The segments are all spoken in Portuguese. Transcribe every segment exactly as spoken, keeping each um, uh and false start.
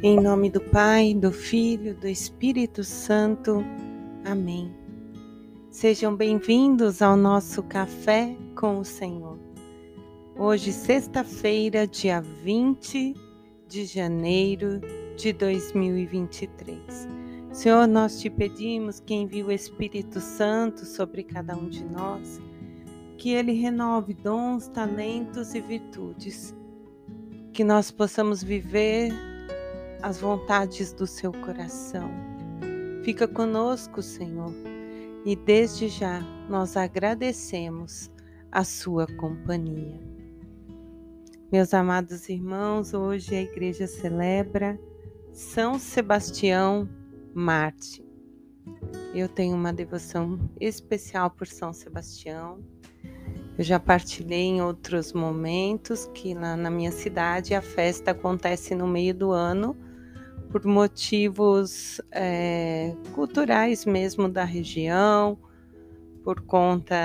Em nome do Pai, do Filho, do Espírito Santo. Amém. Sejam bem-vindos ao nosso Café com o Senhor. Hoje, sexta-feira, dia vinte de janeiro de dois mil e vinte e três. Senhor, nós te pedimos que envie o Espírito Santo sobre cada um de nós, que ele renove dons, talentos e virtudes, que nós possamos viver as vontades do seu coração. Fica conosco, Senhor, e desde já nós agradecemos a sua companhia. Meus amados irmãos, hoje a igreja celebra São Sebastião Mártir. Eu tenho uma devoção especial por São Sebastião. Eu já partilhei em outros momentos que lá na minha cidade a festa acontece no meio do ano por motivos é, culturais mesmo da região, por conta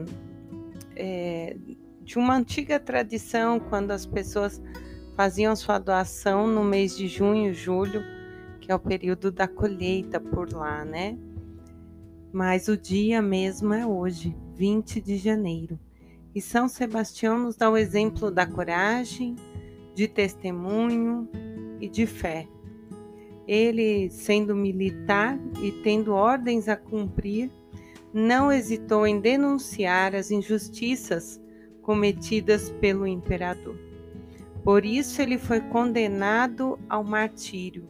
é, de uma antiga tradição, quando as pessoas faziam sua doação no mês de junho, julho, que é o período da colheita por lá, né? Mas o dia mesmo é hoje, vinte de janeiro. E São Sebastião nos dá o exemplo da coragem, de testemunho e de fé. Ele, sendo militar e tendo ordens a cumprir, não hesitou em denunciar as injustiças cometidas pelo imperador. Por isso ele foi condenado ao martírio.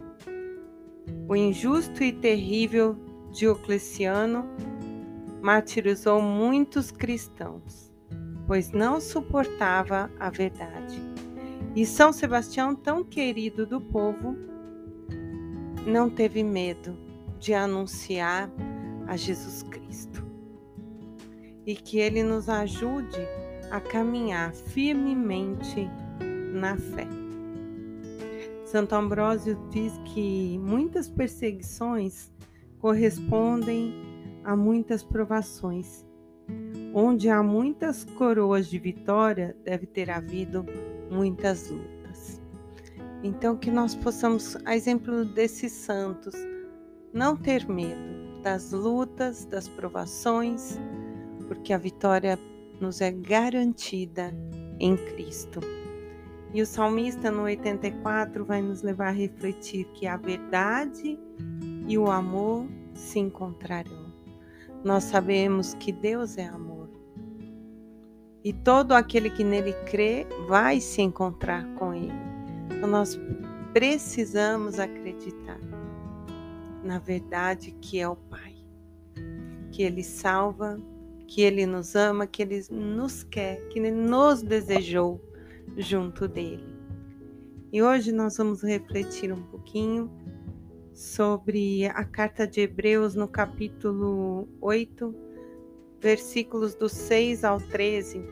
O injusto e terrível Diocleciano martirizou muitos cristãos, pois não suportava a verdade. E São Sebastião, tão querido do povo, não teve medo de anunciar a Jesus Cristo. E que Ele nos ajude a caminhar firmemente na fé. Santo Ambrósio diz que muitas perseguições correspondem a muitas provações. Onde há muitas coroas de vitória, deve ter havido muitas lutas. Então, que nós possamos, a exemplo desses santos, não ter medo das lutas, das provações, porque a vitória nos é garantida em Cristo. E o salmista, no oitenta e quatro, vai nos levar a refletir que a verdade e o amor se encontrarão. Nós sabemos que Deus é amor. E todo aquele que nele crê vai se encontrar com ele. Então nós precisamos acreditar na verdade que é o Pai. Que ele salva, que ele nos ama, que ele nos quer, que ele nos desejou junto dele. E hoje nós vamos refletir um pouquinho sobre a carta de Hebreus no capítulo oito, versículos do seis ao treze.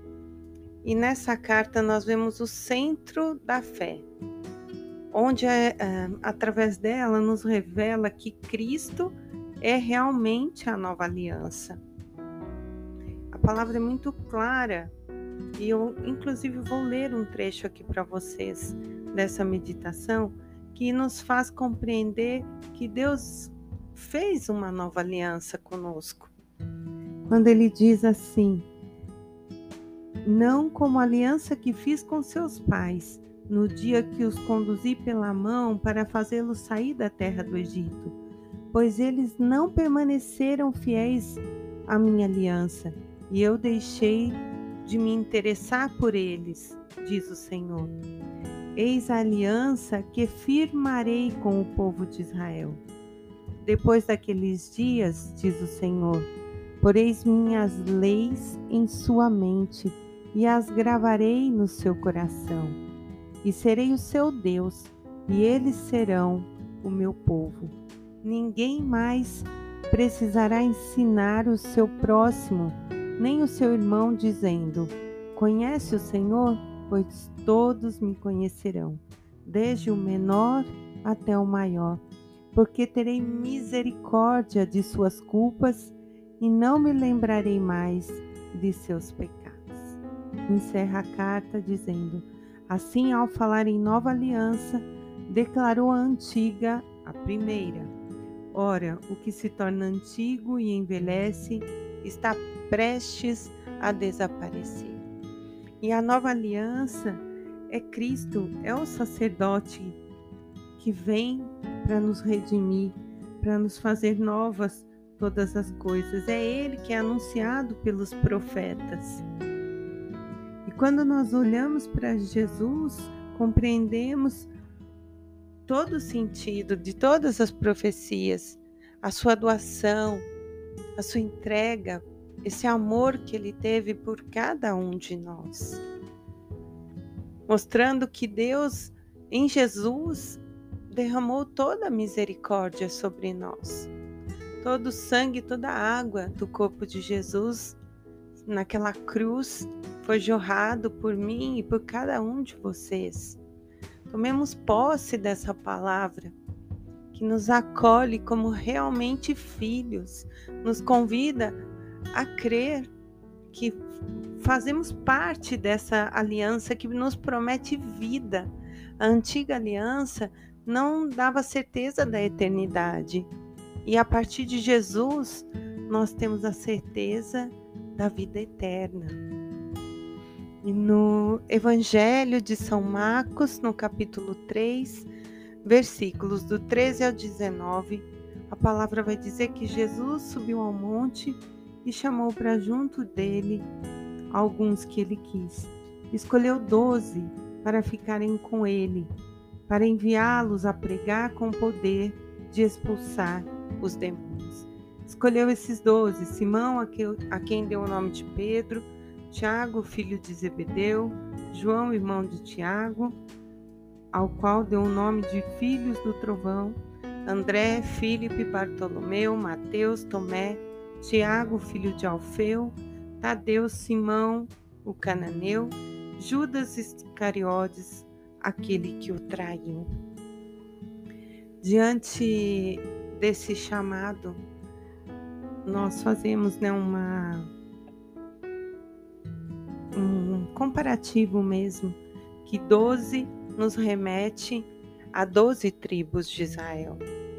E nessa carta nós vemos o centro da fé, onde é, através dela nos revela que Cristo é realmente a nova aliança. A palavra é muito clara e eu inclusive vou ler um trecho aqui para vocês dessa meditação que nos faz compreender que Deus fez uma nova aliança conosco. Quando ele diz assim: não como a aliança que fiz com seus pais, no dia que os conduzi pela mão para fazê-los sair da terra do Egito, pois eles não permaneceram fiéis à minha aliança, e eu deixei de me interessar por eles, diz o Senhor. Eis a aliança que firmarei com o povo de Israel. Depois daqueles dias, diz o Senhor, poreis minhas leis em sua mente e as gravarei no seu coração. E serei o seu Deus, e eles serão o meu povo. Ninguém mais precisará ensinar o seu próximo, nem o seu irmão, dizendo: conhece o Senhor? Pois todos me conhecerão, desde o menor até o maior, porque terei misericórdia de suas culpas e não me lembrarei mais de seus pecados. Encerra a carta dizendo: assim, ao falar em nova aliança, declarou a antiga, a primeira. Ora, o que se torna antigo e envelhece está prestes a desaparecer. E a nova aliança é Cristo, é o sacerdote que vem para nos redimir, para nos fazer novas todas as coisas. É Ele que é anunciado pelos profetas. E quando nós olhamos para Jesus, compreendemos todo o sentido de todas as profecias, a sua doação, a sua entrega, esse amor que Ele teve por cada um de nós. Mostrando que Deus, em Jesus, derramou toda a misericórdia sobre nós. Todo o sangue, toda a água do corpo de Jesus naquela cruz foi jorrado por mim e por cada um de vocês. Tomemos posse dessa palavra que nos acolhe como realmente filhos, nos convida a crer que fazemos parte dessa aliança que nos promete vida. A antiga aliança não dava certeza da eternidade. E a partir de Jesus, nós temos a certeza da vida eterna. E no Evangelho de São Marcos, no capítulo três, versículos do treze ao dezenove, a palavra vai dizer que Jesus subiu ao monte e chamou para junto dele alguns que ele quis. Escolheu doze para ficarem com ele, para enviá-los a pregar com poder de expulsar os demônios. Escolheu esses doze: Simão, a quem deu o nome de Pedro, Tiago, filho de Zebedeu, João, irmão de Tiago, ao qual deu o nome de filhos do trovão, André, Filipe, Bartolomeu, Mateus, Tomé, Tiago, filho de Alfeu, Tadeu, Simão, o cananeu, Judas Iscariotes, aquele que o traiu. Diante desse chamado, nós fazemos né, uma, um comparativo mesmo, que doze nos remete a doze tribos de Israel.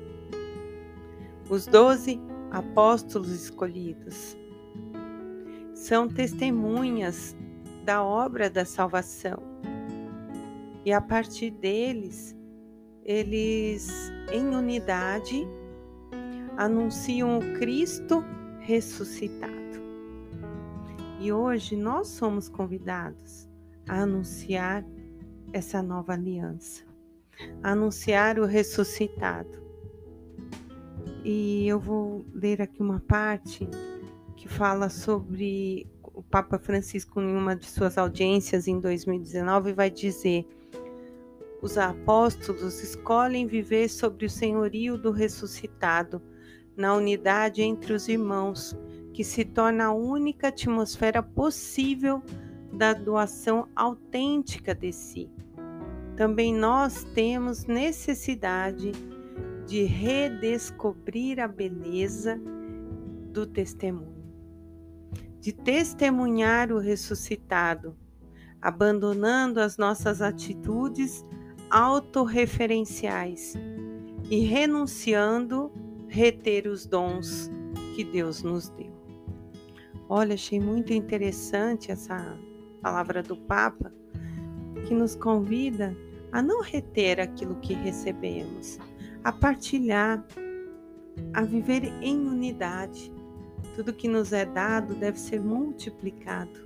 Os doze apóstolos escolhidos são testemunhas da obra da salvação. E a partir deles, eles em unidade anunciam o Cristo ressuscitado. E hoje nós somos convidados a anunciar essa nova aliança, a anunciar o ressuscitado. E eu vou ler aqui uma parte que fala sobre o Papa Francisco em uma de suas audiências em dois mil e dezenove, vai dizer: os apóstolos escolhem viver sobre o senhorio do ressuscitado, na unidade entre os irmãos, que se torna a única atmosfera possível da doação autêntica de si. Também nós temos necessidade de redescobrir a beleza do testemunho, de testemunhar o ressuscitado, abandonando as nossas atitudes autorreferenciais e renunciando reter os dons que Deus nos deu. Olha, achei muito interessante essa palavra do Papa, que nos convida a não reter aquilo que recebemos, a partilhar, a viver em unidade. Tudo que nos é dado deve ser multiplicado.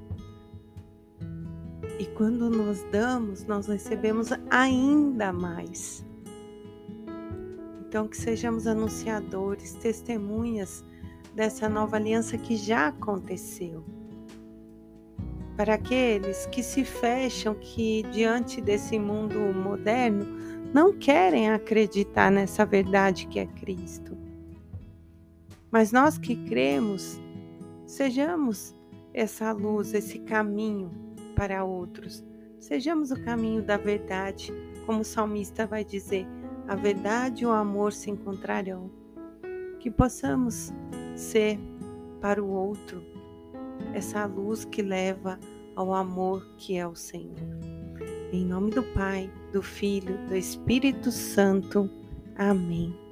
E quando nós damos, nós recebemos ainda mais. Então, que sejamos anunciadores, testemunhas dessa nova aliança que já aconteceu. Para aqueles que se fecham, que diante desse mundo moderno não querem acreditar nessa verdade que é Cristo. Mas nós que cremos, sejamos essa luz, esse caminho para outros. Sejamos o caminho da verdade, como o salmista vai dizer: a verdade e o amor se encontrarão. Que possamos ser para o outro essa luz que leva ao amor que é o Senhor. Em nome do Pai, do Filho, do Espírito Santo. Amém.